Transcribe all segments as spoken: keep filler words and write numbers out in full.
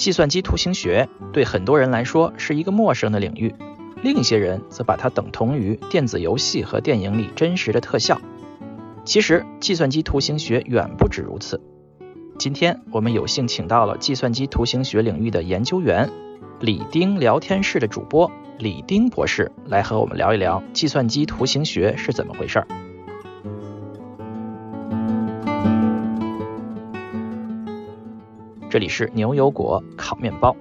计算机图形学对很多人来说是一个陌生的领域，另一些人则把它等同于电子游戏和电影里真实的特效。其实计算机图形学远不止如此。今天我们有幸请到了计算机图形学领域的研究员，李丁聊天室的主播李丁博士来和我们聊一聊计算机图形学是怎么回事儿。这里是牛油果烤面包。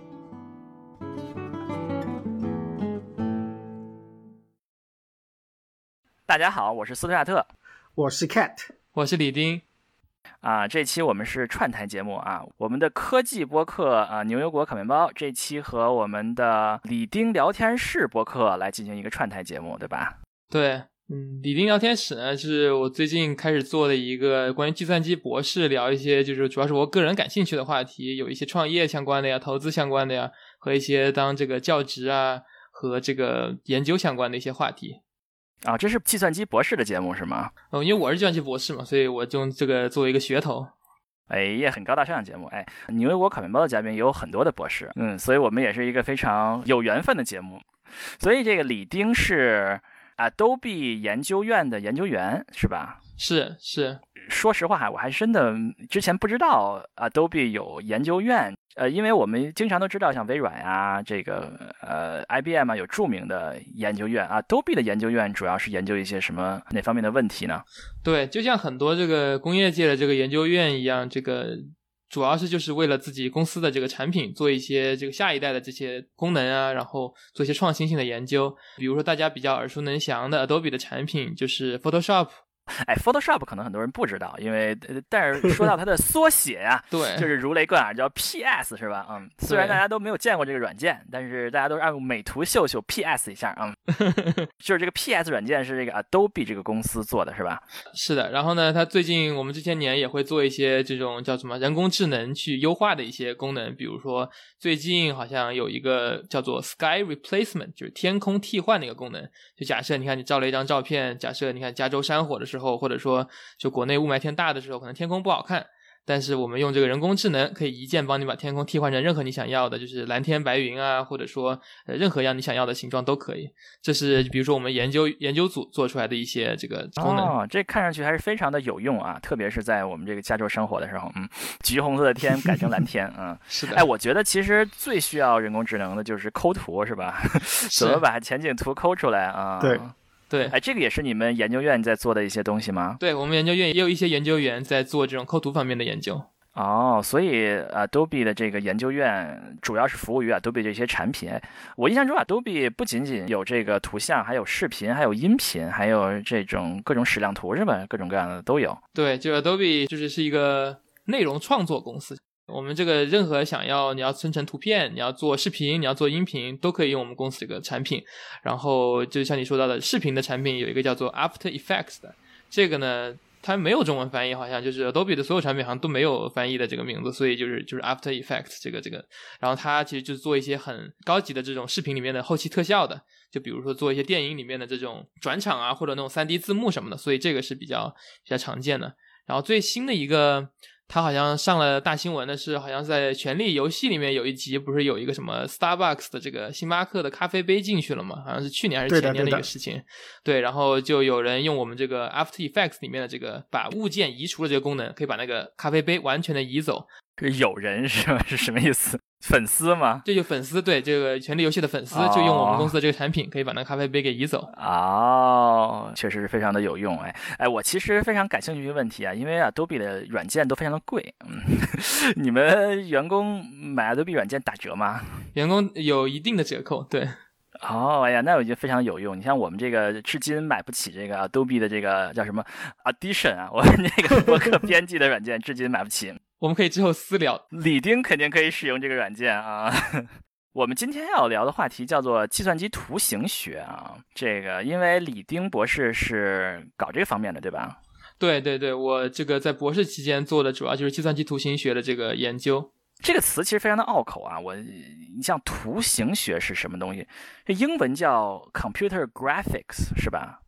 大家好，我是斯图亚特， 我是 Cat， 我是李丁。 啊，这期我们是串台节目啊，我们的科技播客啊，牛油果烤面包这期和我们的李丁聊天室播客来进行一个串台节目，对吧？ 对，嗯，李丁聊天室呢，是我最近开始做的一个关于计算机博士聊一些，就是主要是我个人感兴趣的话题，有一些创业相关的呀，投资相关的呀，和一些当这个教职啊和这个研究相关的一些话题。 啊，这是计算机博士的节目是吗？ 哦，因为我是计算机博士嘛，所以我就这个作为一个噱头。 哎，也很高大上的节目。哎，牛油果烤面包的嘉宾也有很多的博士，嗯，所以我们也是一个非常有缘分的节目。所以这个李丁是 Adobe 研究院的研究员是吧？ 是是。 说实话，我还真的之前不知道 Adobe 有研究院，呃，因为我们经常都知道像微软呀、这个呃 I B M 啊有著名的研究院啊 ，Adobe 的研究院主要是研究一些什么哪方面的问题呢？ 对，就像很多这个工业界的这个研究院一样，这个主要是就是为了自己公司的这个产品做一些这个下一代的这些功能啊，然后做一些创新性的研究。比如说大家比较耳熟能详的 Adobe 的产品就是 Photoshop。 哎 ，Photoshop 可能很多人不知道，因为但是说到它的缩写呀、啊， 对， 就是如雷贯耳，叫 P S 是吧？嗯，虽然大家都没有见过这个软件，但是大家都按美图秀秀 P S 一下啊、嗯，就是这个 P S 软件是这个 Adobe 这个公司做的是吧？ 是的，然后呢，它最近我们这些年也会做一些这种叫什么人工智能去优化的一些功能，比如说最近好像有一个叫做 Sky Replacement， 就是天空替换的一个功能，就假设你看你照了一张照片，假设你看加州山火的时候。或者说就国内雾霾天大的时候可能天空不好看，但是我们用这个人工智能可以一键帮你把天空替换成任何你想要的，就是蓝天白云啊，或者说、呃、任何样你想要的形状都可以。这是比如说我们研究研究组做出来的一些这个功能。 哦，这看上去还是非常的有用啊，特别是在我们这个加州生活的时候，嗯，橘红色的天改成蓝天，嗯， 是的。 哎，我觉得其实最需要人工智能的就是抠图，是吧？怎么把前景图抠出来啊？ 对。 对， 哎，这个也是你们研究院在做的一些东西吗？ 对，我们研究院也有一些研究员在做这种抠图方面的研究。 哦，所以 Adobe 的这个研究院主要是服务于 Adobe 这些产品。我印象中 Adobe 不仅仅有这个图像，还有视频，还有音频，还有这种各种矢量图是吧？各种各样的都有。 对，就 Adobe 就是是一个内容创作公司。我们这个任何想要你要生成图片，你要做视频，你要做音频，都可以用我们公司这个产品。然后就像你说到的视频的产品有一个叫做 After Effects 的，这个呢它没有中文翻译，好像就是 Adobe 的所有产品好像都没有翻译的这个名字，所以就是就是 After Effects 这个这个。然后它其实就是做一些很高级的这种视频里面的后期特效的，就比如说做一些电影里面的这种转场啊，或者那种 三 D 字幕什么的，所以这个是比较比较常见的。然后最新的一个他好像上了大新闻的是，好像在权力游戏里面有一集不是有一个什么 Starbucks 的这个星巴克的咖啡杯进去了吗？好像是去年还是前年的一个事情。 对, 对，然后就有人用我们这个 After Effects 里面的这个把物件移除的这个功能，可以把那个咖啡杯完全的移走。 有人是吗？是什么意思？粉丝吗？ 这就粉丝，对，这个权力游戏的粉丝、哦、就用我们公司的这个产品可以把那个咖啡杯给移走。 哦，确实是非常的有用。哎哎，我其实非常感兴趣一个问题啊，因为 Adobe 的软件都非常的贵，嗯，你们员工买 Adobe 软件打折吗？ 员工有一定的折扣，对。 哦，哎呀，那我觉得非常有用。你像我们这个至今买不起这个 Adobe 的这个叫什么 Audition 啊，我那个博客编辑的软件至今买不起。 我们可以之后私聊。 李丁肯定可以使用这个软件啊。我们今天要聊的话题叫做计算机图形学啊，这个因为李丁博士是搞这个方面的，对吧？ 对对对，我这个在博士期间做的主要就是计算机图形学的这个研究。 这个词其实非常的拗口啊，我你像图形学是什么东西？这英文叫 computer graphics 是吧？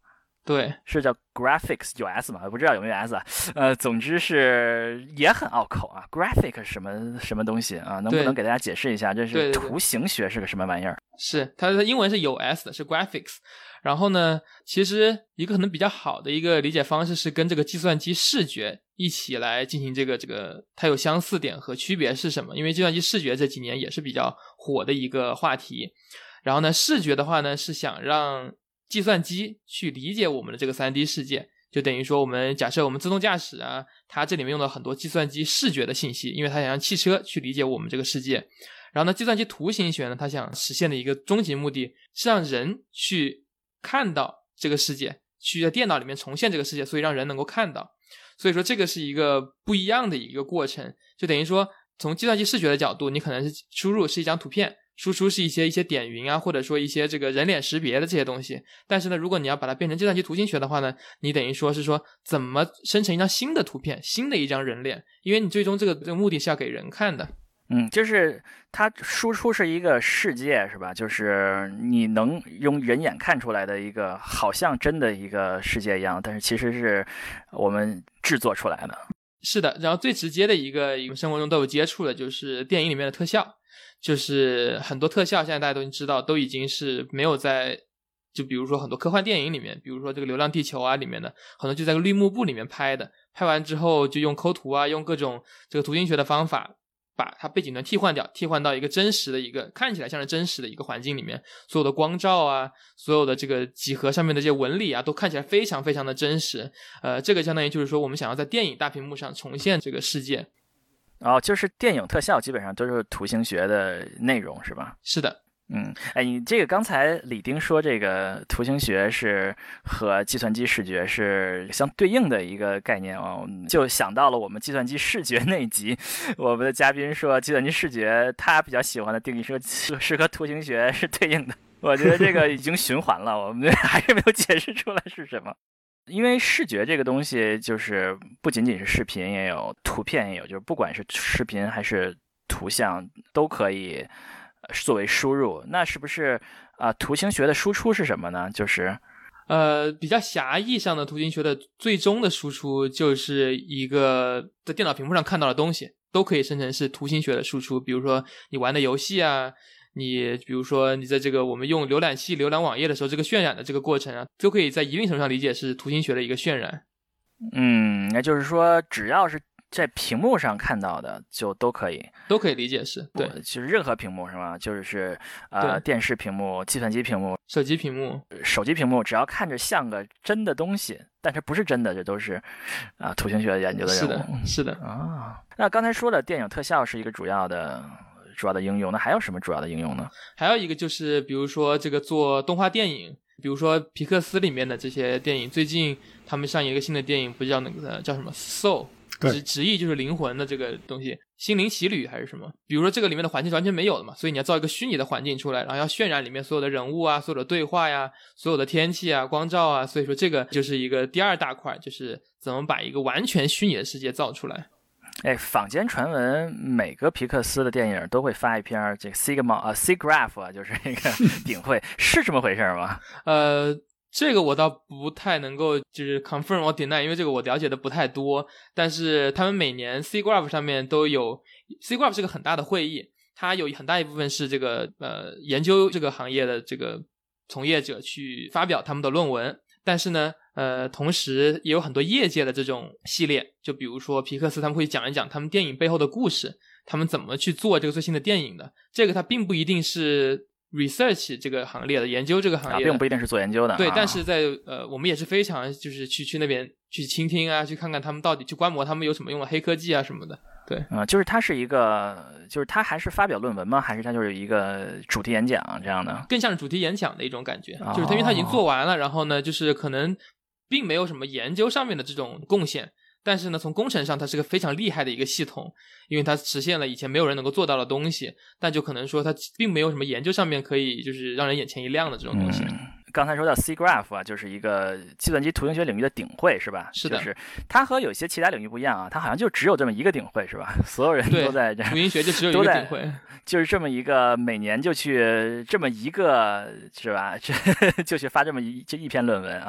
对， 是叫 graphics 有 s 吗？不知道有没有 s 啊？呃，总之是也很拗口啊。graphic 什么什么东西啊？能不能给大家解释一下？这是图形学是个什么玩意儿？ 是它的英文是有 s 的，是 graphics。然后呢，其实一个可能比较好的一个理解方式是跟这个计算机视觉一起来进行这个这个它有相似点和区别是什么？因为计算机视觉这几年也是比较火的一个话题。然后呢，视觉的话呢是想让计算机去理解我们的这个 三 D 世界，就等于说我们假设我们自动驾驶啊，它这里面用了很多计算机视觉的信息，因为它想让汽车去理解我们这个世界。然后呢，计算机图形学呢，它想实现的一个终极目的是让人去看到这个世界，去在电脑里面重现这个世界，所以让人能够看到。所以说这个是一个不一样的一个过程，就等于说从计算机视觉的角度，你可能是输入是一张图片，输出是一些一些点云啊，或者说一些这个人脸识别的这些东西。但是呢，如果你要把它变成计算机图形学的话呢，你等于说是说怎么生成一张新的图片，新的一张人脸，因为你最终这个这个目的是要给人看的。 嗯，就是它输出是一个世界是吧？就是你能用人眼看出来的一个好像真的一个世界一样，但是其实是我们制作出来的。 是的，然后最直接的一个我们生活中都有接触的就是电影里面的特效，就是很多特效现在大家都已经知道都已经是没有在，就比如说很多科幻电影里面，比如说这个流浪地球啊里面的很多就在绿幕布里面拍的，拍完之后就用抠图啊，用各种这个图形学的方法把它背景端替换掉，替换到一个真实的一个看起来像是真实的一个环境里面，所有的光照啊，所有的这个几何上面的这些纹理啊都看起来非常非常的真实。呃，这个相当于就是说我们想要在电影大屏幕上重现这个世界。 哦，就是电影特效基本上都是图形学的内容是吧？ 是的。 嗯，哎，你这个刚才李丁说这个图形学是和计算机视觉是相对应的一个概念哦，就想到了我们计算机视觉那一集，我们的嘉宾说计算机视觉他比较喜欢的定义是是和图形学是对应的，我觉得这个已经循环了，我们还是没有解释出来是什么。因为视觉这个东西就是不仅仅是视频也有，图片也有，就是不管是视频还是图像都可以作为输入。那是不是啊、呃？图形学的输出是什么呢？就是呃，比较狭义上的图形学的最终的输出就是一个在电脑屏幕上看到的东西都可以生成是图形学的输出。比如说你玩的游戏啊，你比如说你在这个我们用浏览器浏览网页的时候，这个渲染的这个过程啊，都可以在一定程度上理解是图形学的一个渲染。 嗯，那就是说只要是在屏幕上看到的就都可以都可以理解是对， 就是任何屏幕是吗？就是呃电视屏幕、计算机屏幕、 手机屏幕、 手机屏幕，只要看着像个真的东西，但是不是真的，这都是啊、呃、图形学研究的任务。 是的，是的啊。那刚才说了，电影特效是一个主要的主要的应用，那还有什么主要的应用呢？ 还有一个就是比如说这个做动画电影，比如说皮克斯里面的这些电影，最近他们上映一个新的电影，不叫那个叫什么 Soul。直直译就是灵魂的这个东西，心灵奇旅还是什么？比如说这个里面的环境是完全没有的嘛，所以你要造一个虚拟的环境出来，然后要渲染里面所有的人物啊、所有的对话呀、所有的天气啊、光照啊，所以说这个就是一个第二大块，就是怎么把一个完全虚拟的世界造出来。 哎，坊间传闻每个皮克斯的电影都会发一篇这个 Sigma 啊 SIGGRAPH 啊，就是那个顶会，是这么回事吗？ 呃。这个我倒不太能够就是 confirm or deny， 因为这个我了解的不太多，但是他们每年 SIGGRAPH 上面都有 SIGGRAPH 是个很大的会议，它有很大一部分是这个呃研究这个行业的这个从业者去发表他们的论文，但是呢呃同时也有很多业界的这种系列，就比如说皮克斯他们会讲一讲他们电影背后的故事，他们怎么去做这个最新的电影的，这个它并不一定是research 这个行业的研究这个行业的、 啊、并不一定是做研究的， 对、 啊、 但是在呃我们也是非常就是去去那边去倾听啊，去看看他们到底去观摩他们有什么用的黑科技啊什么的。对， 啊、呃，就是它是一个就是它还是发表论文吗？还是它就是一个主题演讲这样的？ 更像是主题演讲的一种感觉、 哦、 就是他因为他已经做完了，然后呢就是可能并没有什么研究上面的这种贡献，但是呢从工程上它是个非常厉害的一个系统，因为它实现了以前没有人能够做到的东西，但就可能说它并没有什么研究上面可以就是让人眼前一亮的这种东西、 嗯、刚才说到 SIGGRAPH 啊，就是一个计算机图形学领域的顶会是吧？ 是的， 就是它和有些其他领域不一样啊，它好像就只有这么一个顶会是吧？所有人都在这图形学就只有一个顶会， 就是这么一个每年就去这么一个是吧？就去发这么一这一篇论文啊。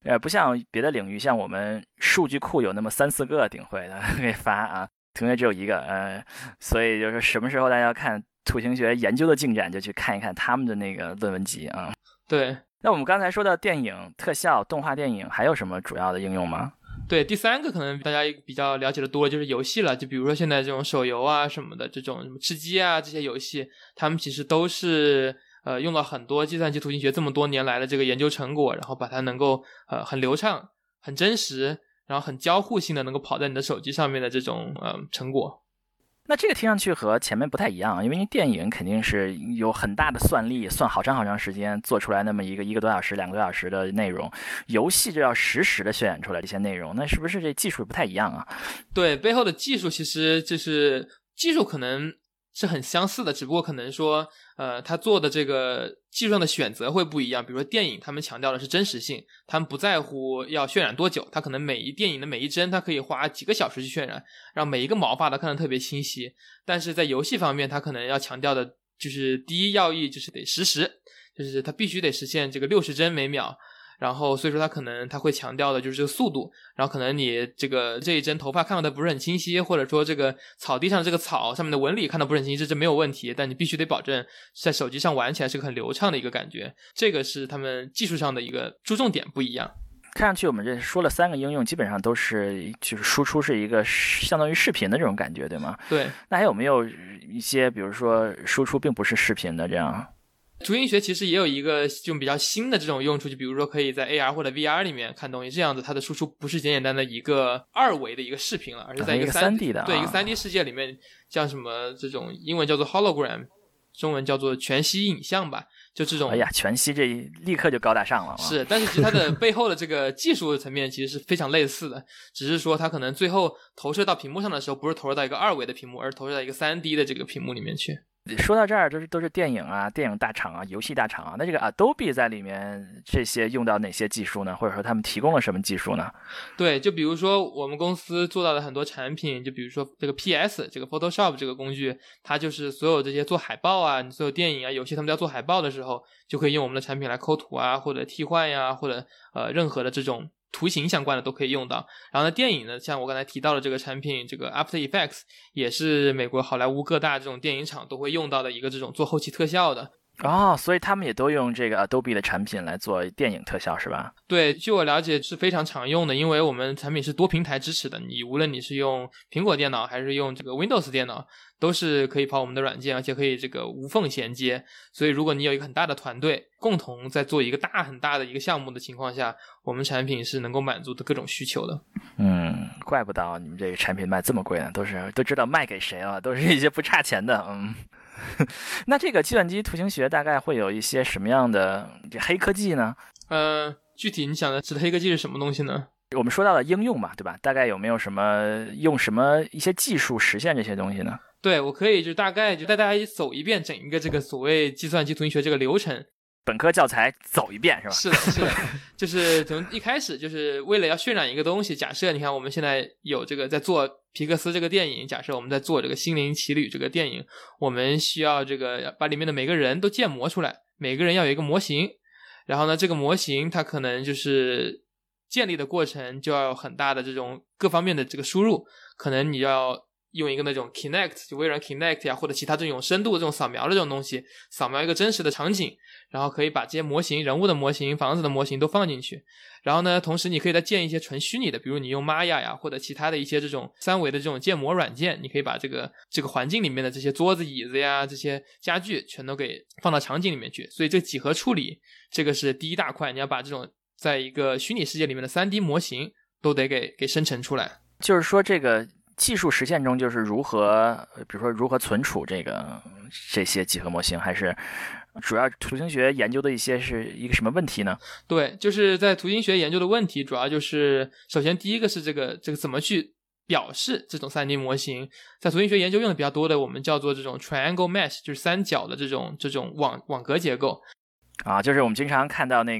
呃，不像别的领域，像我们数据库有那么三四个顶会的可以发啊，同学只有一个，呃，所以就是什么时候大家要看图形学研究的进展，就去看一看他们的那个论文集啊。 对， 那我们刚才说到电影、特效、动画电影，还有什么主要的应用吗？ 对，第三个可能大家比较了解的多就是游戏了，就比如说现在这种手游啊什么的，这种什么吃鸡啊这些游戏，他们其实都是呃用了很多计算机图形学这么多年来的这个研究成果，然后把它能够呃很流畅、很真实，然后很交互性的能够跑在你的手机上面的这种呃成果。 那这个听上去和前面不太一样，因为你电影肯定是有很大的算力，算好长好长时间做出来那么一个一个多小时、两个多小时的内容，游戏就要实时的渲染出来这些内容，那是不是这技术不太一样啊？ 对，背后的技术其实就是技术可能是很相似的，只不过可能说呃，他做的这个技术上的选择会不一样。比如说电影他们强调的是真实性，他们不在乎要渲染多久，他可能每一电影的每一帧他可以花几个小时去渲染，让每一个毛发都看得特别清晰。但是在游戏方面他可能要强调的就是第一要义就是得实时，就是他必须得实现这个六十帧每秒，然后所以说他可能他会强调的就是这个速度，然后可能你这个这一帧头发看到的不是很清晰，或者说这个草地上的这个草上面的纹理看到不是很清晰，这这没有问题，但你必须得保证在手机上玩起来是个很流畅的一个感觉，这个是他们技术上的一个注重点不一样。 看上去我们这说了三个应用，基本上都是就是输出是一个相当于视频的这种感觉，对吗？ 对。 那还有没有一些比如说输出并不是视频的这样？ 图形学其实也有一个这种比较新的这种用处，就比如说可以在 A R 或者 V R 里面看东西，这样子它的输出不是简简单的一个二维的一个视频了，而是在一个三 D 的、啊、 对一个 三 D 世界里面，像什么这种英文叫做 hologram， 中文叫做全息影像吧，就这种。 哎呀，全息这立刻就高大上了。 是，但是其实它的背后的这个技术层面其实是非常类似的，只是说它可能最后投射到屏幕上的时候，不是投射到一个二维的屏幕，而是投射到一个 三 D 的这个屏幕里面去。 说到这儿，都是都是电影啊、电影大厂啊、游戏大厂啊。那这个 Adobe 在里面这些用到哪些技术呢？或者说他们提供了什么技术呢？ 对，就比如说我们公司做到的很多产品，就比如说这个 P S 这个 Photoshop 这个工具，它就是所有这些做海报啊、你所有电影啊、游戏他们要做海报的时候，就可以用我们的产品来抠图啊，或者替换呀、啊，或者呃任何的这种图形相关的都可以用到。然后呢，电影呢，像我刚才提到的这个产品，这个 After Effects 也是美国好莱坞各大这种电影厂都会用到的一个这种做后期特效的。 哦，所以他们也都用这个 Adobe 的产品来做电影特效是吧？ 对，据我了解是非常常用的，因为我们产品是多平台支持的，你无论你是用苹果电脑还是用这个 Windows 电脑，都是可以跑我们的软件，而且可以这个无缝衔接。所以如果你有一个很大的团队共同在做一个大很大的一个项目的情况下，我们产品是能够满足的各种需求的。 嗯，怪不得你们这个产品卖这么贵呢，都是都知道卖给谁了，都是一些不差钱的。嗯，那这个计算机图形学大概会有一些什么样的黑科技呢？ 呃，具体你想的指的黑科技是什么东西呢？ 我们说到了应用嘛，对吧？大概有没有什么用什么一些技术实现这些东西呢？ 对，我可以就大概就带大家走一遍整一个这个所谓计算机图形学这个流程。 本科教材走一遍是吧？ 是的，是的，就是从一开始就是为了要渲染一个东西。假设你看我们现在有这个在做皮克斯这个电影，假设我们在做这个心灵奇旅这个电影，我们需要这个把里面的每个人都建模出来，每个人要有一个模型，然后呢这个模型它可能就是建立的过程就要有很大的这种各方面的这个输入，可能你要用一个那种 Kinect 就微软 Kinect 呀、啊，或者其他这种深度的这种扫描的这种东西，扫描一个真实的场景，然后可以把这些模型人物的模型房子的模型都放进去。然后呢同时你可以再建一些纯虚拟的，比如你用 Maya 呀或者其他的一些这种三维的这种建模软件，你可以把这个这个环境里面的这些桌子椅子呀这些家具全都给放到场景里面去。所以这个几何处理这个是第一大块，你要把这种在一个虚拟世界里面的 三 D 模型都得给给生成出来。 就是说这个技术实现中就是如何比如说如何存储这个这些几何模型，还是主要图形学研究的一些是一个什么问题呢？ 对，就是在图形学研究的问题主要就是首先第一个是这个这个怎么去表示这种 三 D 模型。在图形学研究用的比较多的我们叫做这种 triangle mesh， 就是三角的这种这种网网格结构啊，就是我们经常看到那个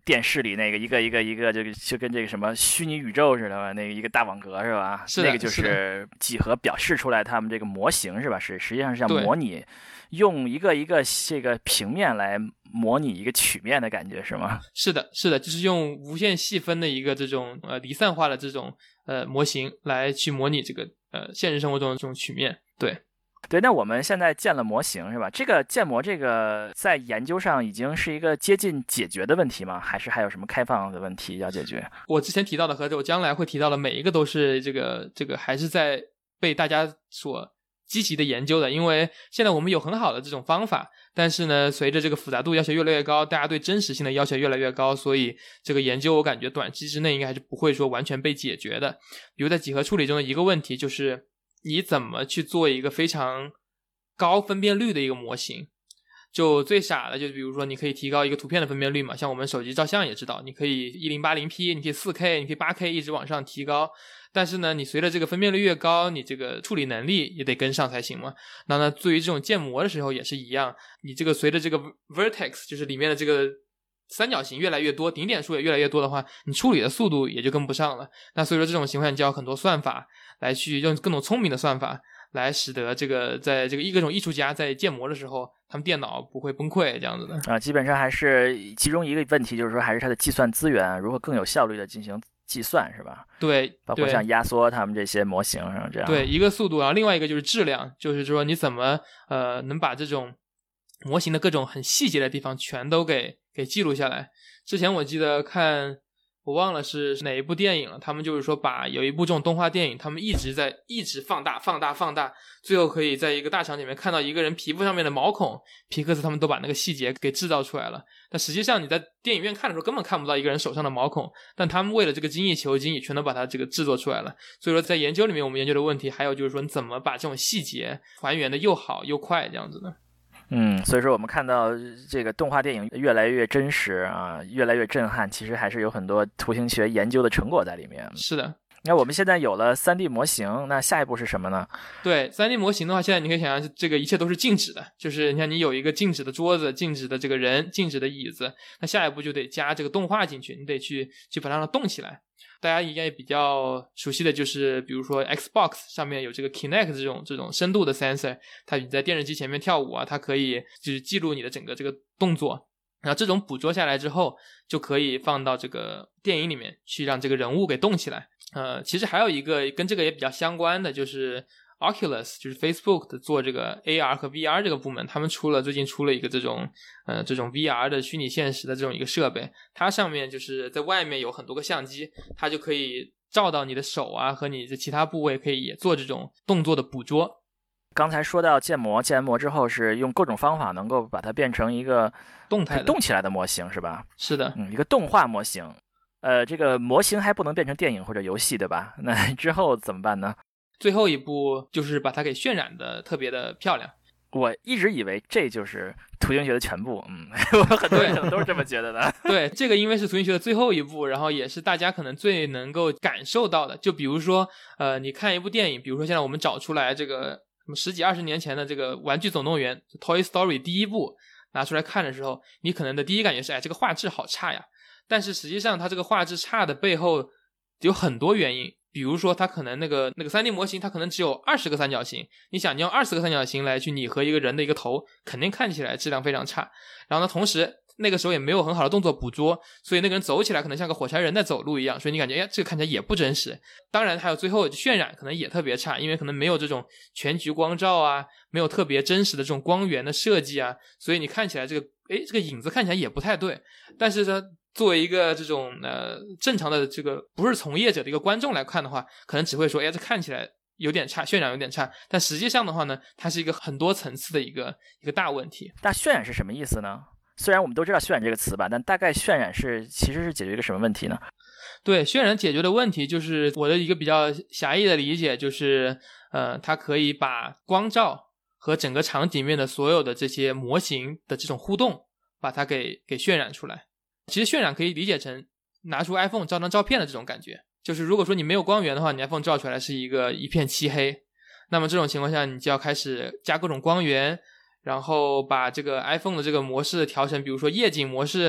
电视里那个一个一个一个就就跟这个什么虚拟宇宙似的吧，那个一个大网格是吧？ 是的， 那个就是几何表示出来他们这个模型是吧？是实际上是要模拟，用一个一个这个平面来模拟一个曲面的感觉是吗？ 是的，是的，就是用无限细分的一个这种呃离散化的这种呃模型来去模拟这个呃现实生活中的这种曲面，对。 对，那我们现在建了模型是吧？这个建模这个在研究上已经是一个接近解决的问题吗？还是还有什么开放的问题要解决？ 我之前提到的和我将来会提到的每一个都是这个这个还是在被大家所积极的研究的，因为现在我们有很好的这种方法，但是呢，随着这个复杂度要求越来越高，大家对真实性的要求越来越高，所以这个研究我感觉短期之内应该还是不会说完全被解决的。比如在几何处理中的一个问题就是你怎么去做一个非常高分辨率的一个模型。就最傻的就比如说你可以提高一个图片的分辨率嘛，像我们手机照相也知道，你可以 一零八零 P， 你可以 四 K， 你可以 八 K 一直往上提高，但是呢你随着这个分辨率越高，你这个处理能力也得跟上才行嘛。那呢对于这种建模的时候也是一样，你这个随着这个 vertex 就是里面的这个三角形越来越多，顶点数也越来越多的话，你处理的速度也就跟不上了。那所以说这种情况下就要很多算法来去用各种聪明的算法来使得这个在这个各种艺术家在建模的时候他们电脑不会崩溃这样子的啊。基本上还是其中一个问题就是说还是它的计算资源如何更有效率的进行计算是吧？ 对， 包括像压缩他们这些模型上这样。 对，一个速度，然后另外一个就是质量，就是说你怎么呃能把这种模型的各种很细节的地方全都给给记录下来。之前我记得看我忘了是哪一部电影了，他们就是说把有一部这种动画电影他们一直在一直放大放大放大，最后可以在一个大场景里面看到一个人皮肤上面的毛孔，皮克斯他们都把那个细节给制造出来了。但实际上你在电影院看的时候根本看不到一个人手上的毛孔，但他们为了这个精益求精也全都把它这个制作出来了。所以说在研究里面我们研究的问题还有就是说你怎么把这种细节还原的又好又快这样子的。 嗯，所以说我们看到这个动画电影越来越真实啊，越来越震撼，其实还是有很多图形学研究的成果在里面。 是的。 那我们现在有了 三 D 模型，那下一步是什么呢？ 对 三 D 模型的话，现在你可以想象这个一切都是静止的，就是你看你有一个静止的桌子，静止的这个人，静止的椅子，那下一步就得加这个动画进去，你得去去把它让它动起来。大家应该比较熟悉的就是比如说 Xbox 上面有这个 Kinect 这种这种深度的 sensor， 它你在电视机前面跳舞啊，它可以就是记录你的整个这个动作，然后这种捕捉下来之后就可以放到这个电影里面去让这个人物给动起来。呃，其实还有一个跟这个也比较相关的就是 Oculus， 就是 Facebook 的做这个 A R 和 V R 这个部门，他们出了最近出了一个这种呃这种 V R 的虚拟现实的这种一个设备，它上面就是在外面有很多个相机，它就可以照到你的手啊和你的其他部位，可以也做这种动作的捕捉。 刚才说到建模，建模之后是用各种方法能够把它变成一个动态的动起来的模型是吧？ 是的， 嗯，一个动画模型。呃，这个模型还不能变成电影或者游戏对吧？那之后怎么办呢？ 最后一步就是把它给渲染的特别的漂亮。 我一直以为这就是图形学的全部，嗯，我很多人可能都是这么觉得的。 对，这个因为是图形学的最后一步，然后也是大家可能最能够感受到的。就比如说，呃，你看一部电影，比如说现在我们找出来这个什么十几二十年前的这个《玩具总动员》Toy Story 第一部拿出来看的时候，你可能的第一感觉是，哎，这个画质好差呀。但是实际上它这个画质差的背后有很多原因，比如说它可能那个那个 三 D 模型它可能只有二十个三角形，你想你用二十个三角形来去拟合一个人的一个头，肯定看起来质量非常差。然后呢，同时那个时候也没有很好的动作捕捉，所以那个人走起来可能像个火柴人在走路一样，所以你感觉哎，这个看起来也不真实。当然还有最后渲染可能也特别差，因为可能没有这种全局光照啊，没有特别真实的这种光源的设计啊，所以你看起来这个哎这个影子看起来也不太对。但是呢，作为一个这种呃正常的这个不是从业者的一个观众来看的话，可能只会说哎这看起来有点差，渲染有点差，但实际上的话呢，它是一个很多层次的一个一个大问题。 那渲染是什么意思呢？虽然我们都知道渲染这个词吧，但大概渲染是其实是解决一个什么问题呢？ 对，渲染解决的问题就是我的一个比较狭义的理解，就是呃，它可以把光照和整个场景里面的所有的这些模型的这种互动把它给给渲染出来。其实渲染可以理解成拿出 iPhone 照张照片的这种感觉，就是如果说你没有光源的话，你 iPhone 照出来是一个一片漆黑，那么这种情况下你就要开始加各种光源，然后把这个 iPhone 的这个模式调成比如说夜景模式，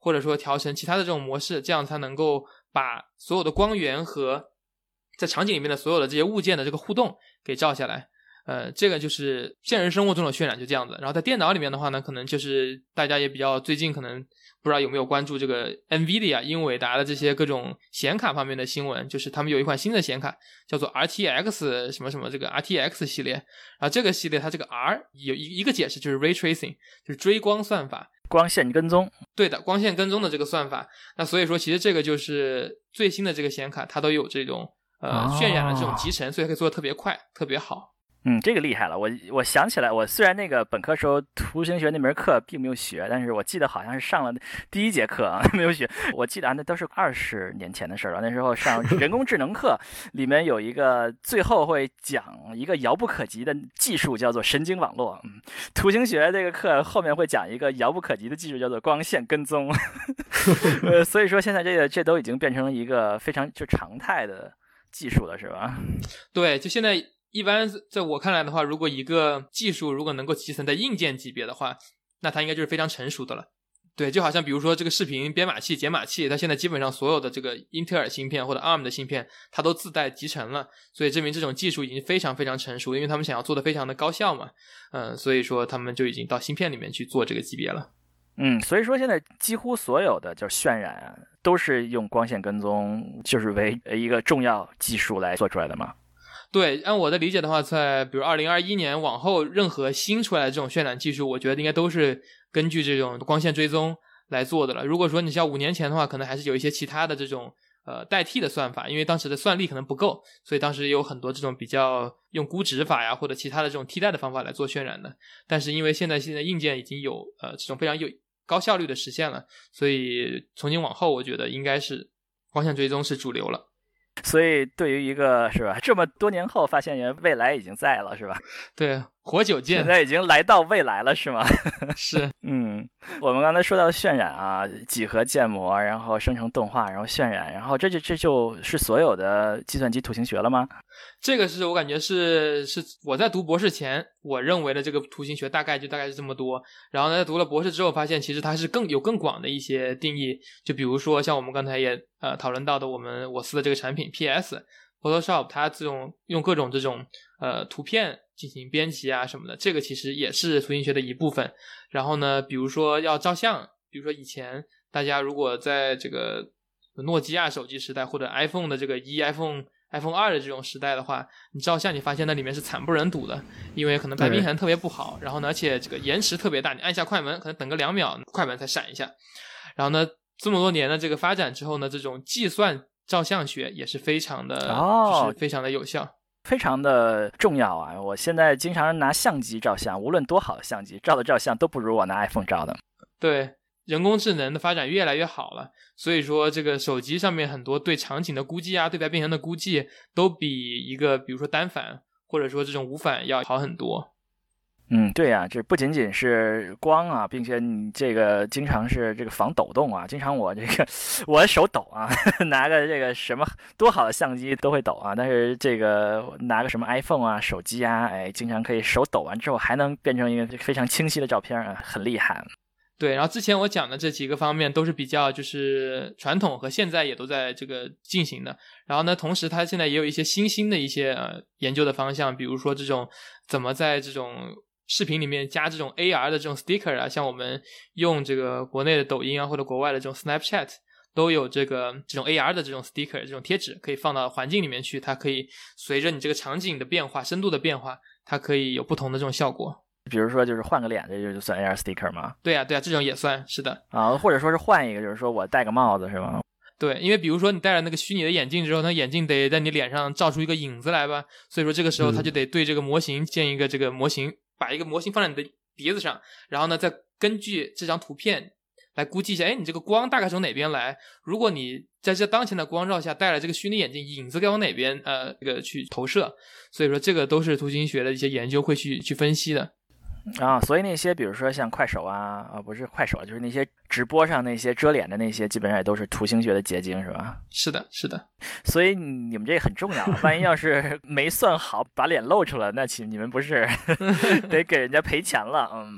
或者说调成其他的这种模式，这样才能够把所有的光源和在场景里面的所有的这些物件的这个互动给照下来。呃，这个就是现实生活中的渲染就这样子。然后在电脑里面的话呢，可能就是大家也比较最近可能不知道有没有关注这个 NVIDIA 英伟达的这些各种显卡方面的新闻，就是他们有一款新的显卡叫做 R T X 什么什么这个 R T X 系列，然后这个系列它这个 R 有一一个解释就是 Ray Tracing， 就是追光算法， 光线跟踪。 对的，光线跟踪的这个算法。那所以说其实这个就是最新的这个显卡它都有这种呃、哦、渲染的这种集成，所以可以做得特别快特别好。 嗯，这个厉害了。我我想起来，我虽然那个本科时候图形学那门课并没有学，但是我记得好像是上了第一节课啊，没有学。我记得啊，那都是二十年前的事了。那时候上人工智能课，里面有一个最后会讲一个遥不可及的技术，叫做神经网络。嗯，图形学这个课后面会讲一个遥不可及的技术，叫做光线跟踪。呃，所以说现在这个这都已经变成了一个非常就常态的技术了，是吧？ 对，就现在。一般在我看来的话，如果一个技术如果能够集成在硬件级别的话，那它应该就是非常成熟的了。对，就好像比如说这个视频编码器、解码器，它现在基本上所有的这个英特尔芯片或者 A R M 的芯片，它都自带集成了，所以证明这种技术已经非常非常成熟，因为他们想要做的非常的高效嘛。嗯，所以说他们就已经到芯片里面去做这个级别了。 嗯，所以说现在几乎所有的就是渲染啊，都是用光线跟踪，就是为一个重要技术来做出来的嘛。 对，按我的理解的话，在比如二零二一年往后，任何新出来的这种渲染技术，我觉得应该都是根据这种光线追踪来做的了。如果说你像五年前的话，可能还是有一些其他的这种呃代替的算法，因为当时的算力可能不够，所以当时有很多这种比较用估值法呀或者其他的这种替代的方法来做渲染的。但是因为现在现在硬件已经有呃这种非常有高效率的实现了，所以从今往后，我觉得应该是光线追踪是主流了。 所以对于一个是吧，这么多年后发现未来已经在了，是吧？ 对，活久见， 现在已经来到未来了，是吗？ 是。 嗯，我们刚才说到渲染啊，几何建模，然后生成动画，然后渲染，然后这就这就是所有的计算机图形学了吗？ 这个是我感觉是是我在读博士前我认为的这个图形学大概就大概是这么多，然后呢在读了博士之后发现其实它是更有更广的一些定义，就比如说像我们刚才也呃讨论到的我们我司的这个产品 P S Photoshop， 它这种用各种这种呃图片进行编辑啊什么的，这个其实也是图形学的一部分。然后呢比如说要照相，比如说以前大家如果在这个诺基亚手机时代或者 iPhone 的这个一 iPhone iPhone 二的这种时代的话，你照相你发现那里面是惨不忍睹的，因为可能白平衡特别不好，然后呢而且这个延迟特别大，你按下快门可能等个两秒快门才闪一下。然后呢这么多年的这个发展之后呢，这种计算照相学也是非常的、哦、就是非常的有效， 非常的重要啊！我现在经常拿相机照相，无论多好的相机照的照相都不如我拿 iPhone 照的。 对，人工智能的发展越来越好了，所以说这个手机上面很多对场景的估计啊，对白平衡的估计都比一个比如说单反或者说这种无反要好很多。 嗯，对啊，这不仅仅是光啊，并且你这个经常是这个防抖动啊，经常我这个我的手抖啊，拿个这个什么多好的相机都会抖啊，但是这个拿个什么 iPhone 啊手机啊，哎，经常可以手抖完之后还能变成一个非常清晰的照片啊，很厉害。 对，然后之前我讲的这几个方面都是比较就是传统和现在也都在这个进行的，然后呢同时它现在也有一些新兴的一些呃研究的方向，比如说这种怎么在这种视频里面加这种 A R 的这种 sticker 啊，像我们用这个国内的抖音啊或者国外的这种 Snapchat 都有这个这种 A R 的这种 sticker 这种贴纸可以放到环境里面去，它可以随着你这个场景的变化深度的变化，它可以有不同的这种效果。 比如说就是换个脸，这就算 A R sticker 吗？ 对啊对啊，这种也算是的啊，或者说是换一个，就是说我戴个帽子是吗？ 对，因为比如说你戴了那个虚拟的眼镜之后，那眼镜得在你脸上照出一个影子来吧，所以说这个时候它就得对这个模型建一个这个模型，把一个模型放在你的鼻子上，然后呢再根据这张图片来估计一下，哎，你这个光大概从哪边来，如果你在这当前的光照下戴了这个虚拟眼镜，影子该往哪边呃这个去投射，所以说这个都是图形学的一些研究会去去分析的。 啊，所以那些比如说像快手啊，啊不是快手，就是那些直播上那些遮脸的那些，基本上也都是图形学的结晶，是吧？ 是的，是的。 所以你们这个很重要，万一要是没算好，把脸露出来，那岂你们不是得给人家赔钱了？嗯。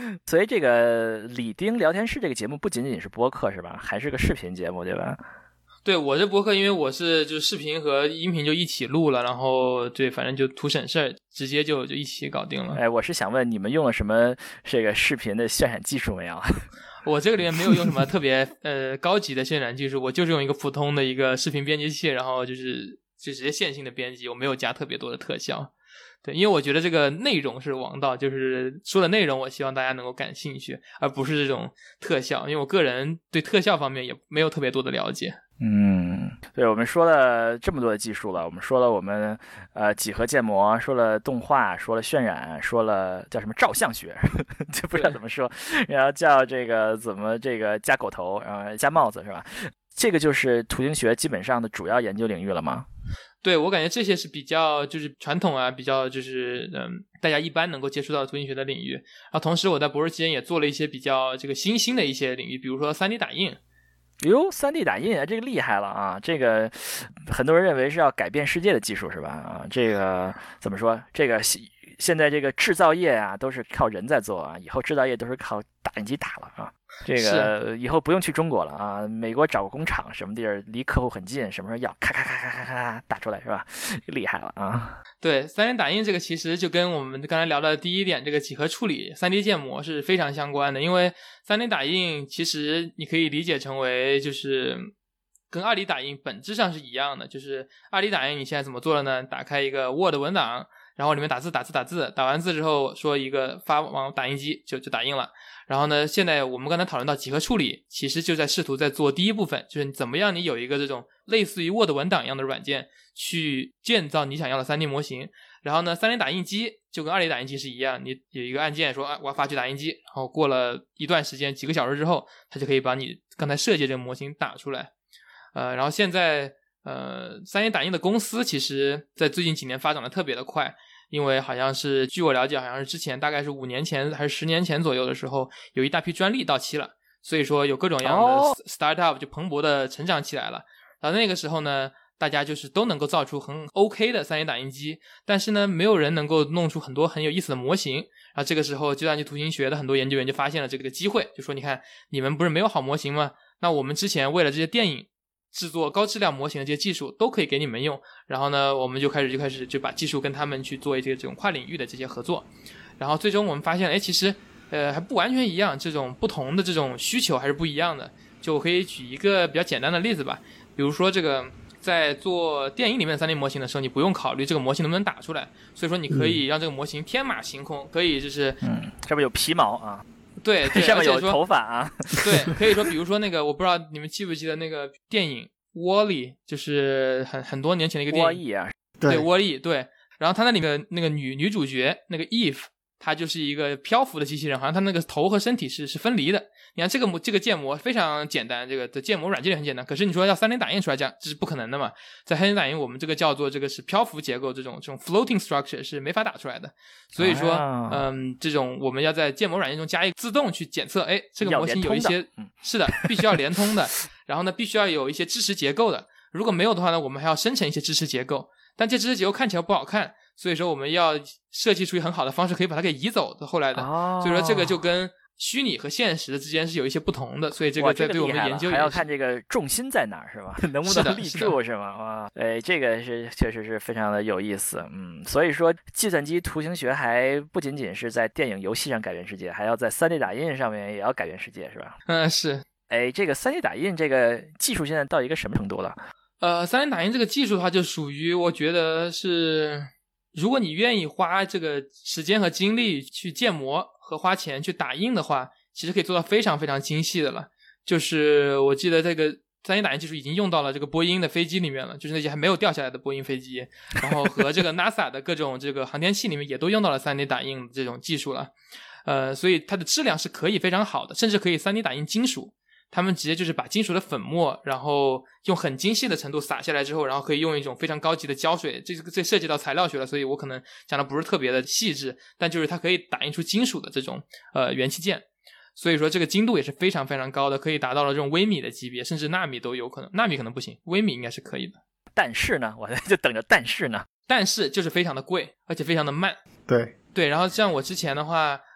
所以这个李丁聊天室这个节目不仅仅是播客是吧，还是个视频节目对吧？ 对，我这播客因为我是就是视频和音频就一起录了，然后对，反正就图省事儿，直接就就一起搞定了。 哎，我是想问你们用了什么这个视频的渲染技术没有？ 我这个里面没有用什么特别呃高级的渲染技术，我就是用一个普通的一个视频编辑器，然后就是就直接线性的编辑，我没有加特别多的特效。对，因为我觉得这个内容是王道，就是说的内容我希望大家能够感兴趣，而不是这种特效，因为我个人对特效方面也没有特别多的了解。 嗯，对，我们说了这么多的技术了，我们说了我们呃几何建模，说了动画，说了渲染，说了叫什么照相学，就不知道怎么说，然后叫这个怎么这个加狗头，然后加帽子是吧？这个就是图形学基本上的主要研究领域了吗？ 对，我感觉这些是比较就是传统啊，比较就是嗯，大家一般能够接触到的图形学的领域。然后同时我在博士期间也做了一些比较这个新兴的一些领域，比如说 三 D 打印。 哟 ，三 D 打印啊，这个厉害了啊！这个很多人认为是要改变世界的技术是吧？啊，这个怎么说？这个现在这个制造业啊，都是靠人在做啊，以后制造业都是靠打印机打了啊。这个以后不用去中国了啊，美国找个工厂，什么地儿离客户很近，什么时候要咔咔咔咔咔咔打出来是吧？厉害了啊！ 对，三 D 打印这个其实就跟我们刚才聊的第一点，这个几何处理、三 D 建模是非常相关的。因为三 D 打印其实你可以理解成为就是跟二 D 打印本质上是一样的，就是二 D 打印你现在怎么做的呢？打开一个 Word 文档，然后里面打字打字打字，打完字之后说一个发往打印机就就打印了。然后呢，现在我们刚才讨论到几何处理，其实就在试图在做第一部分，就是你怎么样你有一个这种类似于 Word 文档一样的软件去建造你想要的 三 D 模型。然后呢 三 D 打印机就跟二 D 打印机是一样，你有一个按键说啊我要发去打印机，然后过了一段时间几个小时之后，它就可以把你刚才设计这个模型打出来。呃，然后现在呃 三 D 打印的公司其实在最近几年发展的特别的快。因为好像是据我了解好像是之前大概是五年前还是十年前左右的时候有一大批专利到期了，所以说有各种各样的 startup 就蓬勃的成长起来了。然后那个时候呢大家就是都能够造出很 OK 的 三 D 打印机，但是呢没有人能够弄出很多很有意思的模型。然后这个时候计算机图形学的很多研究员就发现了这个机会，就说你看你们不是没有好模型吗？那我们之前为了这些电影制作高质量模型的这些技术都可以给你们用，然后呢我们就开始就开始就把技术跟他们去做一些这种跨领域的这些合作。然后最终我们发现哎，其实呃还不完全一样，这种不同的这种需求还是不一样的。就我可以举一个比较简单的例子吧，比如说这个在做电影里面的 三 D 模型的时候，你不用考虑这个模型能不能打出来，所以说你可以让这个模型天马行空，可以就是嗯，上面有皮毛啊， 对对， 上面有头发啊， 对，可以说比如说那个我不知道你们记不记得那个电影Wall-E， 就是很很多年前的一个电影 Wall-E 啊， 对 Wall-E 对，然后他那里面那个女女主角那个 Eve， 她就是一个漂浮的机器人，好像她那个头和身体是是分离的。你看这个这个建模非常简单，这个的建模软件也很简单，可是你说要 三 D 打印出来这样这是不可能的嘛。在三 D 打印我们这个叫做这个是漂浮结构，这种这种 floating structure 是没法打出来的。所以说、啊、嗯，这种我们要在建模软件中加一个自动去检测，哎，这个模型有一些是的必须要连通的，然后呢必须要有一些支持结构的，如果没有的话呢我们还要生成一些支持结构，但这支持结构看起来不好看，所以说我们要设计出一个很好的方式可以把它给移走的后来的、哦、所以说这个就跟虚拟和现实的之间是有一些不同的，所以这个在对我们研究也还要看这个重心在哪儿是吧？能不能立住是吗？哇，哎，这个是确实是非常的有意思，嗯，所以说计算机图形学还不仅仅是在电影游戏上改变世界，还要在 三 D 打印上面也要改变世界是吧？ 嗯，是。 哎，这个 三 D 打印这个技术现在到一个什么程度了？ 呃 三 D 打印这个技术的话就属于我觉得是如果你愿意花这个时间和精力去建模和花钱去打印的话，其实可以做到非常非常精细的了。就是我记得这个 三 D 打印技术已经用到了这个波音的飞机里面了，就是那些还没有掉下来的波音飞机，然后和这个 NASA 的各种这个航天器里面也都用到了 三 D 打印这种技术了。呃，所以它的质量是可以非常好的，甚至可以 三 D 打印金属。他们直接就是把金属的粉末，然后用很精细的程度撒下来之后，然后可以用一种非常高级的胶水，这个这涉及到材料学了，所以我可能讲的不是特别的细致，但就是它可以打印出金属的这种呃元器件，所以说这个精度也是非常非常高的，可以达到了这种微米的级别，甚至纳米都有可能，纳米可能不行，微米应该是可以的。 但是呢，我就等着但是呢， 但是就是非常的贵，而且非常的慢。 对对，然后像我之前的话。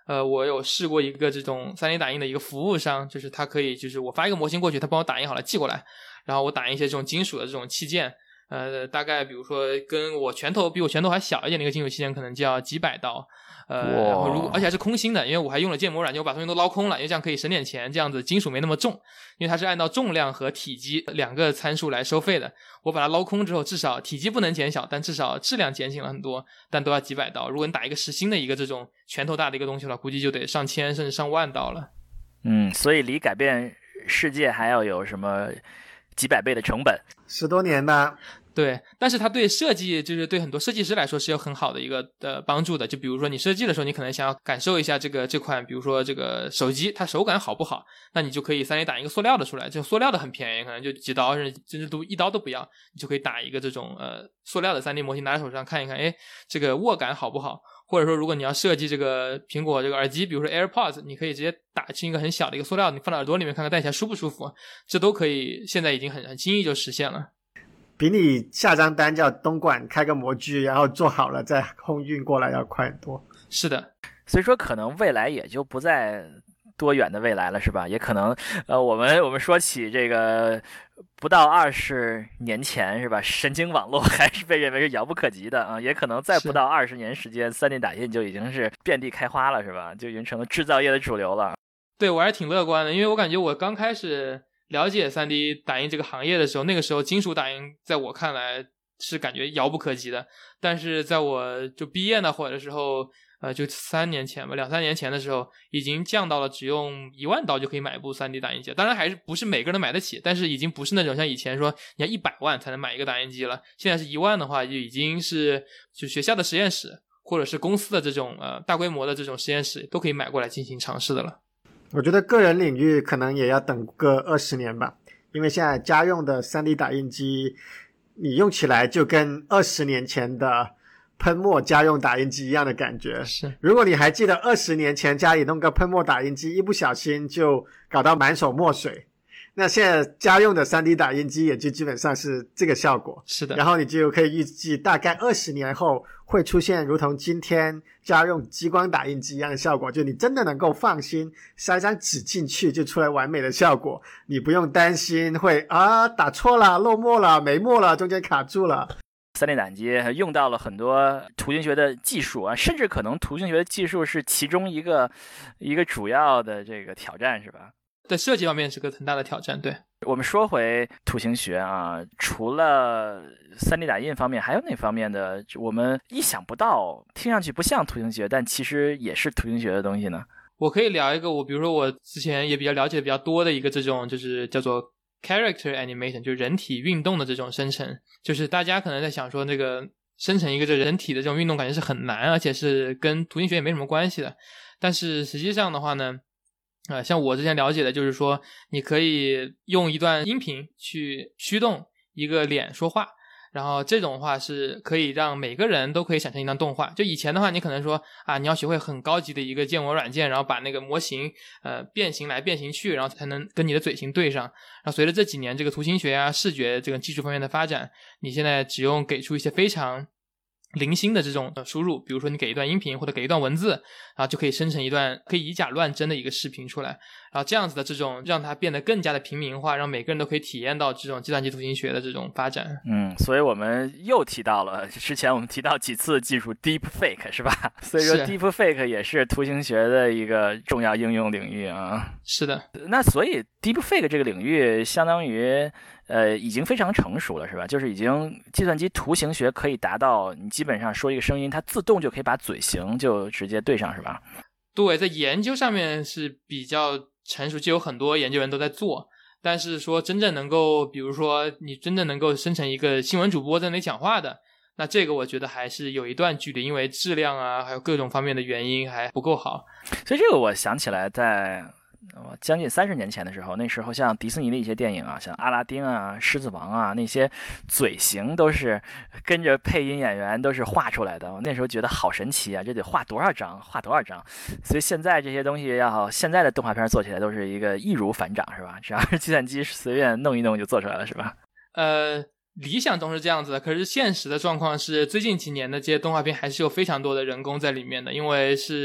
呃，我有试过一个这种 三 D 打印的一个服务商，就是它可以就是我发一个模型过去，它帮我打印好了寄过来，然后我打印一些这种金属的这种器件，呃，大概比如说跟我拳头比我拳头还小一点的一个金属器件，可能就要几百刀。呃，然后如果而且还是空心的，因为我还用了建模软件，我把东西都捞空了，因为这样可以省点钱，这样子金属没那么重，因为它是按照重量和体积两个参数来收费的。我把它捞空之后，至少体积不能减小，但至少质量减轻了很多，但都要几百刀。如果你打一个实心的一个这种拳头大的一个东西的话，估计就得上千甚至上万刀了。 嗯，所以离改变世界还要有什么几百倍的成本？ 十多年吧。 对，但是它对设计，就是对很多设计师来说是有很好的一个呃帮助的。就比如说你设计的时候，你可能想要感受一下这个这款，比如说这个手机它手感好不好，那你就可以 三 D 打一个塑料的出来，这种塑料的很便宜，可能就几刀，甚至都一刀都不要，你就可以打一个这种呃塑料的 三 D 模型，拿在手上看一看，诶，这个握感好不好？或者说如果你要设计这个苹果这个耳机，比如说 AirPods， 你可以直接打进一个很小的一个塑料，你放到耳朵里面看看戴起来舒不舒服，这都可以，现在已经很很轻易就实现了。 比你下张单叫东莞开个模具然后做好了再空运过来要快很多。 是的， 所以说可能未来也就不在多远的未来了，是吧？也可能呃，我们我们说起这个不到二十年前，是吧？神经网络还是被认为是遥不可及的啊，也可能在不到二十年时间，三 D 打印就已经是遍地开花了，是吧？就已经成了制造业的主流了。 对，我还是挺乐观的，因为我感觉我刚开始了解 三 D 打印这个行业的时候，那个时候金属打印在我看来是感觉遥不可及的，但是在我就毕业那会儿的时候，呃，就三年前吧，两三年前的时候，已经降到了只用一万刀就可以买一部 三 D 打印机。当然还是不是每个人都买得起，但是已经不是那种像以前说你要一百万才能买一个打印机了。现在是一万的话，就已经是就学校的实验室或者是公司的这种呃大规模的这种实验室都可以买过来进行尝试的了。 我觉得个人领域可能也要等个二十年吧，因为现在家用的 三 D 打印机你用起来就跟二十年前的喷墨家用打印机一样的感觉。 是， 如果你还记得二十年前家里弄个喷墨打印机，一不小心就搞到满手墨水，那现在家用的 三 D 打印机也就基本上是这个效果。 是的， 然后你就可以预计大概二十年后会出现如同今天家用激光打印机一样的效果，就你真的能够放心塞张纸进去就出来完美的效果，你不用担心会啊打错了漏墨了没墨了中间卡住了。 三 D 打印机用到了很多图形学的技术啊，甚至可能图形学的技术是其中一个一个主要的这个挑战，是吧？ 在设计方面是个很大的挑战。对， 我们说回图形学啊，除了 三 D 打印方面，还有哪方面的我们意想不到，听上去不像图形学，但其实也是图形学的东西呢？ 我可以聊一个我比如说我之前也比较了解的比较多的一个这种就是叫做 character animation， 就是人体运动的这种生成。就是大家可能在想说这个生成一个这人体的这种运动感觉是很难，而且是跟图形学也没什么关系的。但是实际上的话呢呃，像我之前了解的就是说你可以用一段音频去驱动一个脸说话，然后这种话是可以让每个人都可以产生一段动画。就以前的话你可能说啊，你要学会很高级的一个建模软件，然后把那个模型呃变形来变形去，然后才能跟你的嘴型对上。然后随着这几年这个图形学啊视觉这个技术方面的发展，你现在只用给出一些非常零星的这种输入，比如说你给一段音频或者给一段文字，然后就可以生成一段可以以假乱真的一个视频出来。然后这样子的这种让它变得更加的平民化，让每个人都可以体验到这种计算机图形学的这种发展。 嗯，所以我们又提到了之前我们提到几次技术 Deepfake 是吧？所以说 Deepfake 也是图形学的一个重要应用领域啊。 是的。 那所以 Deepfake 这个领域相当于呃，已经非常成熟了，是吧？就是已经计算机图形学可以达到你基本上说一个声音，它自动就可以把嘴型就直接对上，是吧？ 对，在研究上面是比较成熟，就有很多研究人都在做。但是说真正能够，比如说你真正能够生成一个新闻主播在那里讲话的，那这个我觉得还是有一段距离，因为质量啊，还有各种方面的原因还不够好。 所以这个我想起来在将近三十年前的时候，那时候像迪士尼的一些电影啊，像阿拉丁啊、狮子王啊，那些嘴型都是跟着配音演员都是画出来的。我那时候觉得好神奇啊，这得画多少张，画多少张。所以现在这些东西要现在的动画片做起来都是一个易如反掌，是吧？只要是计算机随便弄一弄就做出来了，是吧？ 呃，理想中是这样子的，可是现实的状况是，最近几年的这些动画片还是有非常多的人工在里面的，因为是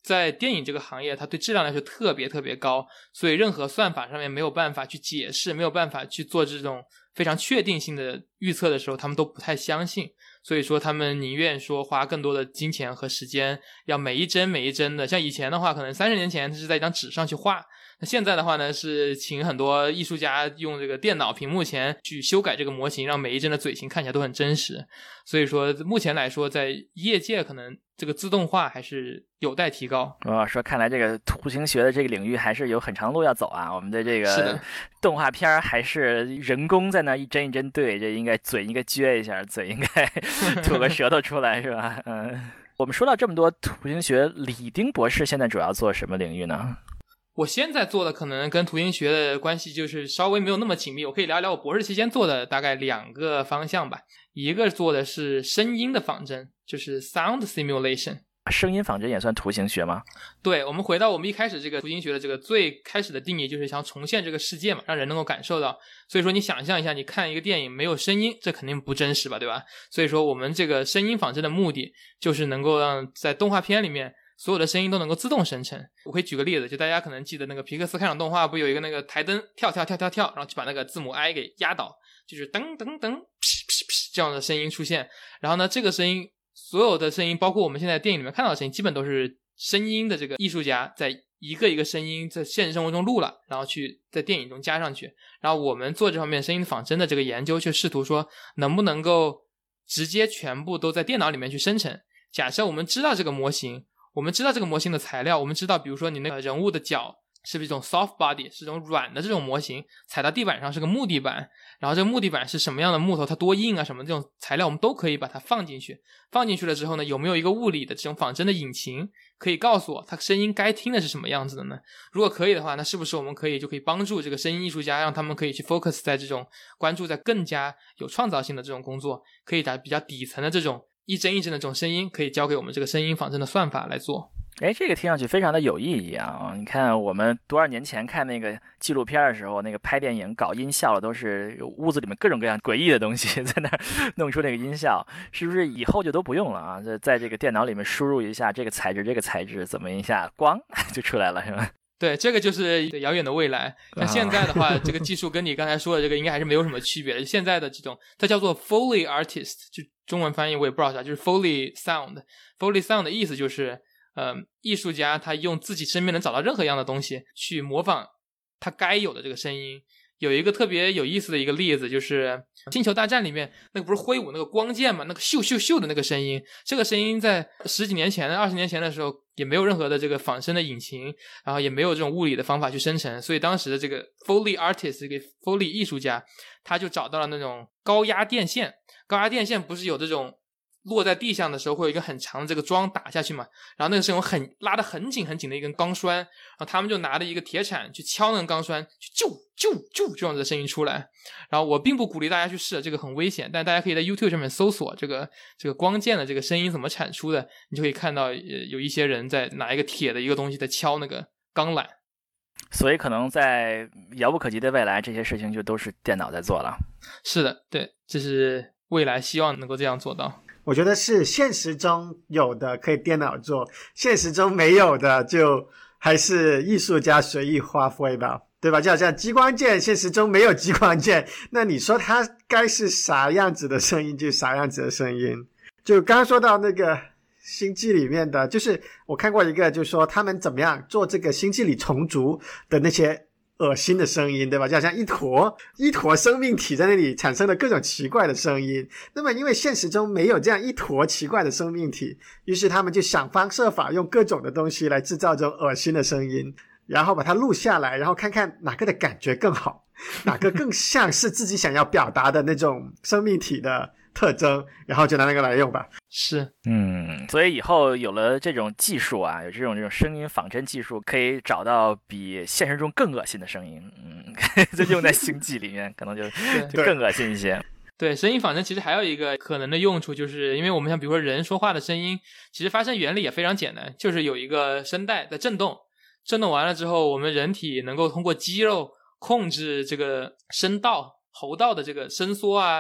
在电影这个行业它对质量来说特别特别高，所以任何算法上面没有办法去解释，没有办法去做这种非常确定性的预测的时候，他们都不太相信，所以说他们宁愿说花更多的金钱和时间，要每一帧每一帧的，像以前的话可能三十年前是在一张纸上去画，那现在的话呢是请很多艺术家用这个电脑屏幕前去修改这个模型，让每一帧的嘴型看起来都很真实。所以说目前来说在业界可能这个自动化还是有待提高。 哦，说看来这个图形学的这个领域还是有很长路要走啊。我们的这个动画片还是人工在那一帧一帧对，这应该嘴应该撅一下，嘴应该吐个舌头出来是吧？嗯，我们说到这么多图形学，李丁博士现在主要做什么领域呢？ 我现在做的可能跟图形学的关系就是稍微没有那么紧密，我可以聊聊我博士期间做的大概两个方向吧。一个做的是声音的仿真，就是 sound simulation。 声音仿真也算图形学吗？ 对，我们回到我们一开始这个图形学的这个最开始的定义，就是想重现这个世界嘛，让人能够感受到。所以说你想象一下，你看一个电影没有声音，这肯定不真实吧，对吧？所以说我们这个声音仿真的目的就是能够让在动画片里面所有的声音都能够自动生成。我可以举个例子，就大家可能记得那个皮克斯开场动画不有一个那个台灯跳跳跳跳跳，然后就把那个字母 I 给压倒，就是噔噔噔噗噗噗这样的声音出现。然后呢这个声音所有的声音包括我们现在电影里面看到的声音基本都是声音的这个艺术家在一个一个声音在现实生活中录了，然后去在电影中加上去。然后我们做这方面声音仿真的这个研究，就试图说能不能够直接全部都在电脑里面去生成。假设我们知道这个模型，我们知道这个模型的材料，我们知道比如说你那个人物的脚是不是一种 soft body， 是一种软的这种模型，踩到地板上是个木地板，然后这个木地板是什么样的木头，它多硬啊什么这种材料我们都可以把它放进去。放进去了之后呢，有没有一个物理的这种仿真的引擎可以告诉我它声音该听的是什么样子的呢？如果可以的话，那是不是我们可以就可以帮助这个声音艺术家，让他们可以去 focus 在这种关注在更加有创造性的这种工作，可以把比较底层的这种一帧一帧的这种声音可以交给我们这个声音仿真的算法来做。 哎，这个听上去非常的有意义啊！你看我们多少年前看那个纪录片的时候，那个拍电影搞音效的都是屋子里面各种各样诡异的东西在那儿弄出那个音效，是不是以后就都不用了啊？在这个电脑里面输入一下这个材质这个材质怎么一下光就出来了是吧？ 对，这个就是遥远的未来。像现在的话，这个技术跟你刚才说的这个应该还是没有什么区别的。现在的这种它叫做 Foley Artist， 就中文翻译我也不知道啥，就是 Foley Sound。Foley Sound 的意思就是呃，艺术家他用自己身边能找到任何样的东西去模仿他该有的这个声音。有一个特别有意思的一个例子，就是星球大战里面那个不是挥舞那个光剑嘛，那个咻咻咻的那个声音，这个声音在十几年前二十年前的时候也没有任何的这个仿生的引擎，然后也没有这种物理的方法去生成，所以当时的这个 Foley Artist 这个 Foley 艺术家他就找到了那种高压电线。高压电线不是有这种落在地上的时候会有一个很长的这个桩打下去嘛，然后那个是用很拉得很紧很紧的一根钢栓，然后他们就拿着一个铁铲去敲那个钢栓，就就就这样子的声音出来。然后我并不鼓励大家去试，这个很危险，但大家可以在 YouTube 上面搜索这个这个光剑的这个声音怎么产出的，你就可以看到有一些人在拿一个铁的一个东西在敲那个钢缆。 所以可能在遥不可及的未来，这些事情就都是电脑在做了。 是的，对，这是未来希望能够这样做到。 我觉得是现实中有的可以电脑做，现实中没有的就还是艺术家随意发挥吧，对吧？就好像激光剑，现实中没有激光剑，那你说它该是啥样子的声音就啥样子的声音。就刚刚说到那个星际里面的，就是我看过一个就是说他们怎么样做这个星际里虫族的那些恶心的声音，对吧？就好像一坨一坨生命体在那里产生了各种奇怪的声音。那么因为现实中没有这样一坨奇怪的生命体，于是他们就想方设法用各种的东西来制造这种恶心的声音，然后把它录下来，然后看看哪个的感觉更好，哪个更像是自己想要表达的那种生命体的特征，然后就拿那个来用吧。 是， 嗯，所以以后有了这种技术啊，有这种这种声音仿真技术，可以找到比现实中更恶心的声音，嗯，就用在星际里面，可能就就更恶心一些。 对，声音仿真其实还有一个可能的用处，就是因为我们像比如说人说话的声音，其实发声原理也非常简单，就是有一个声带在震动，震动完了之后，我们人体能够通过肌肉控制这个声道、喉道的这个伸缩啊，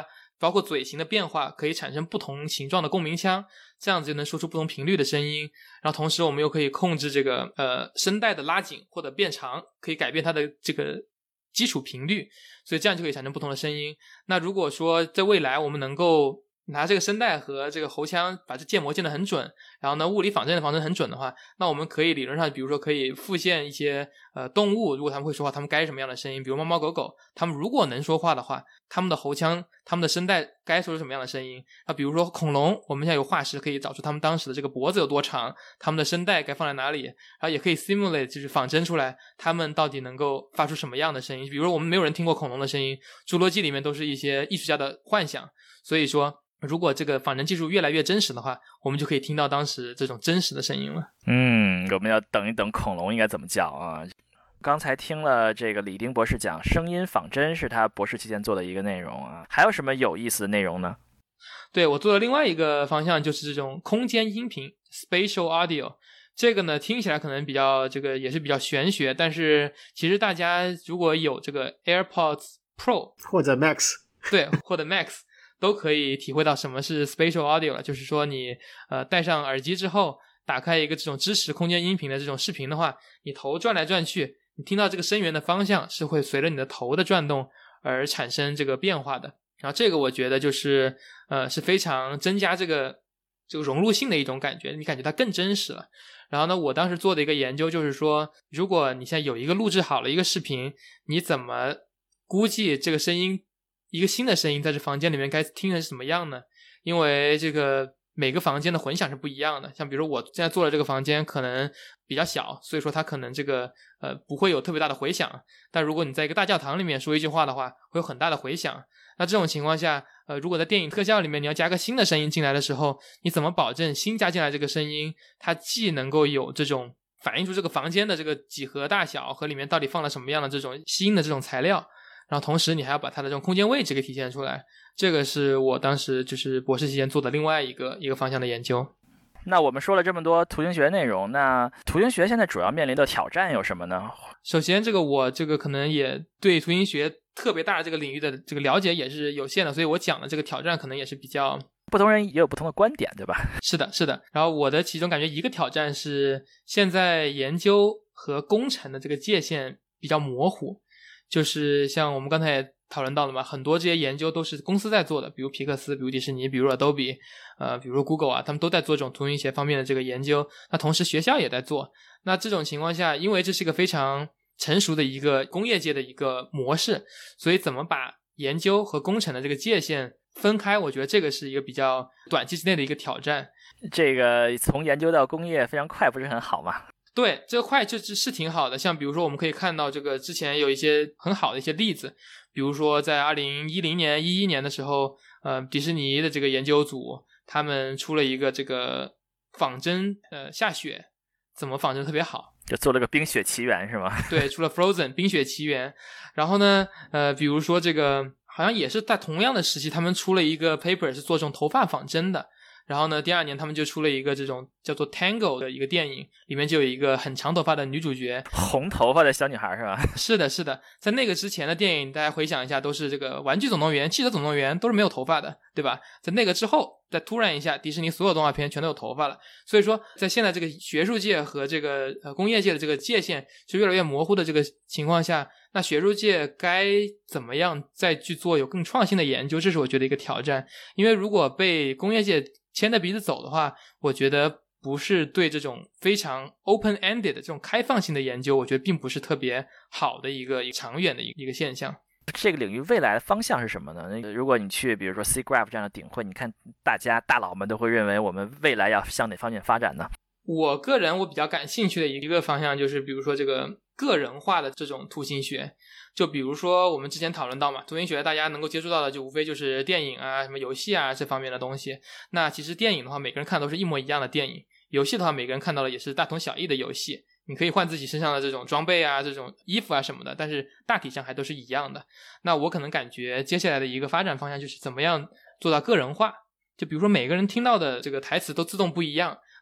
包括嘴型的变化可以产生不同形状的共鸣腔，这样子就能说出不同频率的声音。然后同时我们又可以控制这个呃声带的拉紧或者变长，可以改变它的这个基础频率，所以这样就可以产生不同的声音。那如果说在未来我们能够拿这个声带和这个喉腔把这建模建得很准，然后呢物理仿真的仿真很准的话，那我们可以理论上比如说可以复现一些呃动物，如果他们会说话他们该什么样的声音，比如猫猫狗狗，他们如果能说话的话，他们的喉腔他们的声带该说出什么样的声音。那比如说恐龙，我们现在有化石可以找出他们当时的这个脖子有多长，他们的声带该放在哪里，然后也可以 simulate 就是仿真出来他们到底能够发出什么样的声音。比如说我们没有人听过恐龙的声音，侏罗纪里面都是一些艺术家的幻想，所以说如果这个仿真技术越来越真实的话，我们就可以听到当时这种真实的声音了。 嗯，我们要等一等恐龙应该怎么叫啊。刚才听了这个李丁博士讲声音仿真是他博士期间做的一个内容啊，还有什么有意思的内容呢？ 对，我做的另外一个方向就是这种空间音频 Spatial Audio。这个呢听起来可能比较这个也是比较玄学，但是其实大家如果有这个 AirPods Pro 或者 Max 对，或者 Max 都可以体会到什么是 Spatial Audio 了。就是说你呃戴上耳机之后，打开一个这种支持空间音频的这种视频的话，你头转来转去，你听到这个声源的方向是会随着你的头的转动而产生这个变化的。然后这个我觉得就是呃是非常增加这个这个融入性的一种感觉，你感觉它更真实了。然后呢我当时做的一个研究就是说，如果你现在有一个录制好了一个视频，你怎么估计这个声音一个新的声音在这房间里面该听成是什么样呢？因为这个每个房间的混响是不一样的，像比如我现在做的这个房间可能比较小，所以说它可能这个呃不会有特别大的回响，但如果你在一个大教堂里面说一句话的话，会有很大的回响。那这种情况下呃，如果在电影特效里面你要加个新的声音进来的时候，你怎么保证新加进来这个声音它既能够有这种反映出这个房间的这个几何大小和里面到底放了什么样的这种新的这种材料，然后同时你还要把它的这种空间位置给体现出来。这个是我当时就是博士期间做的另外一个一个方向的研究。 那我们说了这么多图形学内容，那图形学现在主要面临的挑战有什么呢？ 首先这个我这个可能也对图形学特别大的这个领域的这个了解也是有限的，所以我讲的这个挑战可能也是比较不同人也有不同的观点，对吧？ 是的是的。然后我的其中感觉一个挑战是现在研究和工程的这个界限比较模糊，就是像我们刚才也讨论到了嘛，很多这些研究都是公司在做的，比如皮克斯，比如迪士尼，比如 Adobe 呃，比如 Google 啊，他们都在做这种图形学方面的这个研究，那同时学校也在做。那这种情况下，因为这是一个非常成熟的一个工业界的一个模式，所以怎么把研究和工程的这个界限分开，我觉得这个是一个比较短期之内的一个挑战。 这个从研究到工业非常快，不是很好吗？ 对，这个快就是是挺好的。像比如说我们可以看到这个之前有一些很好的一些例子，比如说在二零一零年一一年的时候，呃，迪士尼的这个研究组他们出了一个这个仿真呃下雪怎么仿真特别好， 就做了个冰雪奇缘是吗？ 对，出了 Frozen 冰雪奇缘。然后呢呃，比如说这个好像也是在同样的时期他们出了一个 paper 是做这种头发仿真的，然后呢第二年他们就出了一个这种叫做 Tango 的一个电影，里面就有一个很长头发的女主角， 红头发的小女孩是吧？ 是的是的。在那个之前的电影大家回想一下，都是这个玩具总动员、汽车总动员都是没有头发的，对吧？在那个之后再突然一下迪士尼所有动画片全都有头发了，所以说在现在这个学术界和这个呃工业界的这个界限是越来越模糊的这个情况下，那学术界该怎么样再去做有更创新的研究，这是我觉得一个挑战。因为如果被工业界牵着鼻子走的话，我觉得不是对这种非常 open-ended 的这种开放性的研究，我觉得并不是特别好的一个长远的一个现象。 这个领域未来的方向是什么呢？如果你去比如说 C Graph 这样的顶会，你看大家大佬们都会认为我们未来要向哪方面发展呢？ 我个人我比较感兴趣的一个方向就是比如说这个个人化的这种图形学。就比如说我们之前讨论到嘛，图形学大家能够接触到的就无非就是电影啊、什么游戏啊这方面的东西。那其实电影的话每个人看都是一模一样的电影，游戏的话每个人看到的也是大同小异的游戏，你可以换自己身上的这种装备啊、这种衣服啊什么的，但是大体上还都是一样的。那我可能感觉接下来的一个发展方向就是怎么样做到个人化，就比如说每个人听到的这个台词都自动不一样，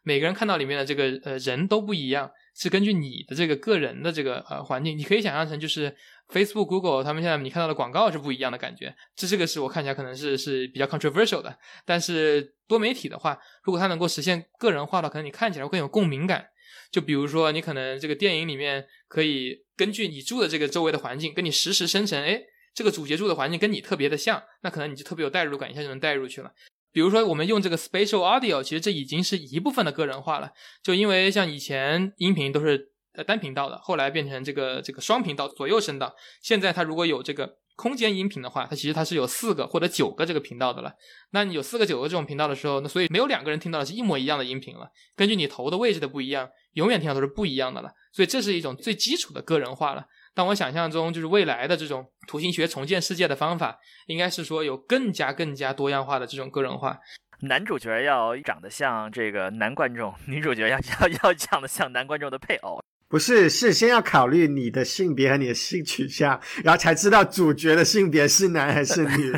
每个人看到里面的这个呃人都不一样，是根据你的这个个人的这个呃环境，你可以想象成就是 Facebook、Google 他们现在你看到的广告是不一样的感觉，这这个是我看起来可能是是比较 controversial 的，但是多媒体的话，如果它能够实现个人化的，可能你看起来会更有共鸣感。就比如说你可能这个电影里面可以根据你住的这个周围的环境跟你实时生成，诶这个主角住的环境跟你特别的像，那可能你就特别有代入感，一下就能代入去了。比如说我们用这个 spatial audio， 其实这已经是一部分的个人化了，就因为像以前音频都是单频道的，后来变成这个这个双频道左右声道，现在它如果有这个空间音频的话，它其实它是有四个或者九个这个频道的了。那你有四个九个这种频道的时候，那所以没有两个人听到的是一模一样的音频了，根据你头的位置的不一样，永远听到都是不一样的了，所以这是一种最基础的个人化了。但我想象中就是未来的这种图形学重建世界的方法，应该是说有更加更加多样化的这种个人化。 男主角要长得像这个男观众，女主角要要要长得像男观众的配偶。 不是，是先要考虑你的性别和你的性取向，然后才知道主角的性别是男还是女。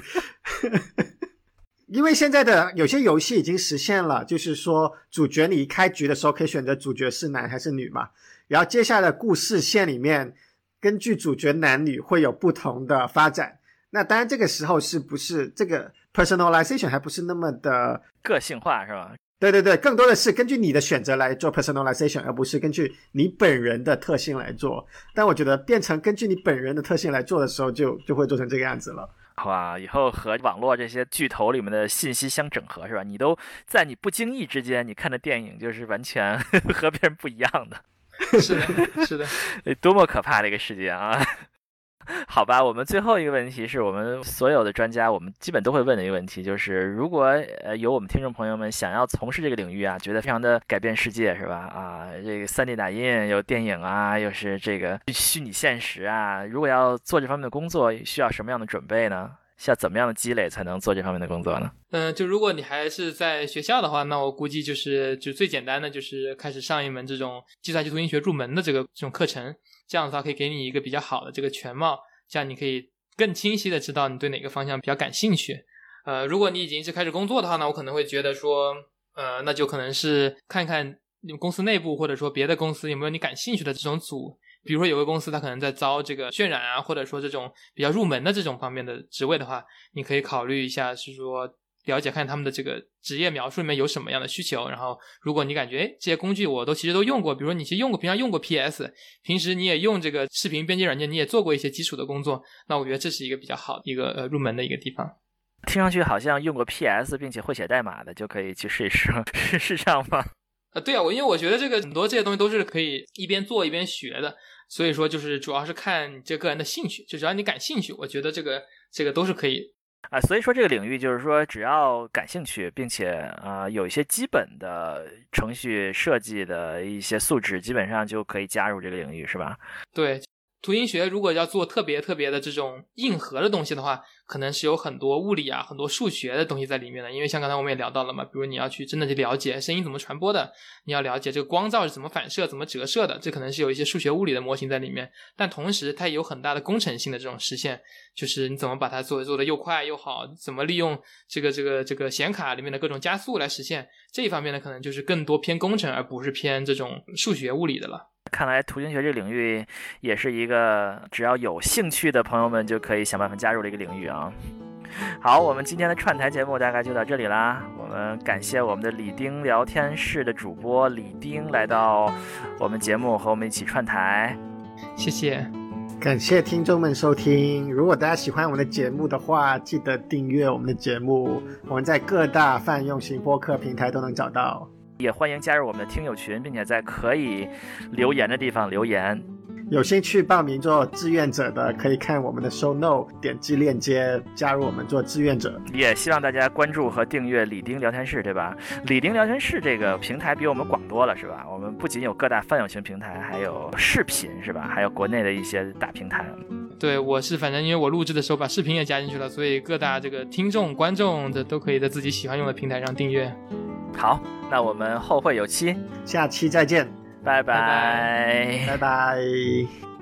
因为现在的有些游戏已经实现了，就是说主角你一开局的时候可以选择主角是男还是女嘛，然后接下来的故事线里面根据主角男女会有不同的发展。那当然这个时候是不是这个 personalization 还不是那么的个性化是吧？ 对对对，更多的是根据你的选择来做 personalization， 而不是根据你本人的特性来做。但我觉得变成根据你本人的特性来做的时候就就会做成这个样子了。 哇，以后和网络这些巨头里面的信息相整合是吧？你都在你不经意之间，你看的电影就是完全和别人不一样的。 是的，是的， 多么可怕的一个世界啊！好吧，我们最后一个问题是我们所有的专家我们基本都会问的一个问题，就是如果呃有我们听众朋友们想要从事这个领域啊，觉得非常的改变世界是吧？啊，这个 三 D 打印有电影啊，又是这个虚拟现实啊，如果要做这方面的工作，需要什么样的准备呢？需要怎么样的积累才能做这方面的工作呢？ 嗯、呃，就如果你还是在学校的话，那我估计就是就最简单的就是开始上一门这种计算机图形学入门的这个这种课程，这样的话可以给你一个比较好的这个全貌，这样你可以更清晰的知道你对哪个方向比较感兴趣。呃，如果你已经是开始工作的话呢，我可能会觉得说，呃，那就可能是看看你们公司内部或者说别的公司有没有你感兴趣的这种组。比如说有个公司它可能在招这个渲染啊，或者说这种比较入门的这种方面的职位的话，你可以考虑一下，是说了解看他们的这个职业描述里面有什么样的需求。然后如果你感觉诶这些工具我都其实都用过，比如说你其实用过平常用过 P S， 平时你也用这个视频编辑软件，你也做过一些基础的工作，那我觉得这是一个比较好的一个呃入门的一个地方。 听上去好像用过 P S 并且会写代码的就可以去试一试，是是这样吗？ 呃，对啊，我因为我觉得这个很多这些东西都是可以一边做一边学的，所以说就是主要是看你这个人的兴趣，就只要你感兴趣，我觉得这个这个都是可以啊。所以说这个领域就是说只要感兴趣，并且呃有一些基本的程序设计的一些素质，基本上就可以加入这个领域是吧？ 对，图形学如果要做特别特别的这种硬核的东西的话，可能是有很多物理啊很多数学的东西在里面的。因为像刚才我们也聊到了嘛，比如你要去真的去了解声音怎么传播的，你要了解这个光照是怎么反射怎么折射的，这可能是有一些数学物理的模型在里面，但同时它也有很大的工程性的这种实现，就是你怎么把它做做的又快又好，怎么利用这个这个这个显卡里面的各种加速来实现，这一方面呢可能就是更多偏工程而不是偏这种数学物理的了。 看来图形学这个领域也是一个只要有兴趣的朋友们就可以想办法加入的一个领域啊。好，我们今天的串台节目大概就到这里啦。我们感谢我们的李丁聊天室的主播李丁来到我们节目和我们一起串台， 谢谢。 感谢听众们收听，如果大家喜欢我们的节目的话，记得订阅我们的节目，我们在各大泛用型播客平台都能找到， 也欢迎加入我们的听友群，并且在可以留言的地方留言。 有兴趣报名做志愿者的可以看我们的 show note， 点击链接加入我们做志愿者。 也希望大家关注和订阅李丁聊天室，对吧？李丁聊天室这个平台比我们广多了，是吧？我们不仅有各大泛有型平台，还有视频，是吧？还有国内的一些大平台。 对，我是反正因为我录制的时候把视频也加进去了，所以各大这个听众观众的都可以在自己喜欢用的平台上订阅。 好，那我们后会有期， 下期再见， 拜拜， 拜拜。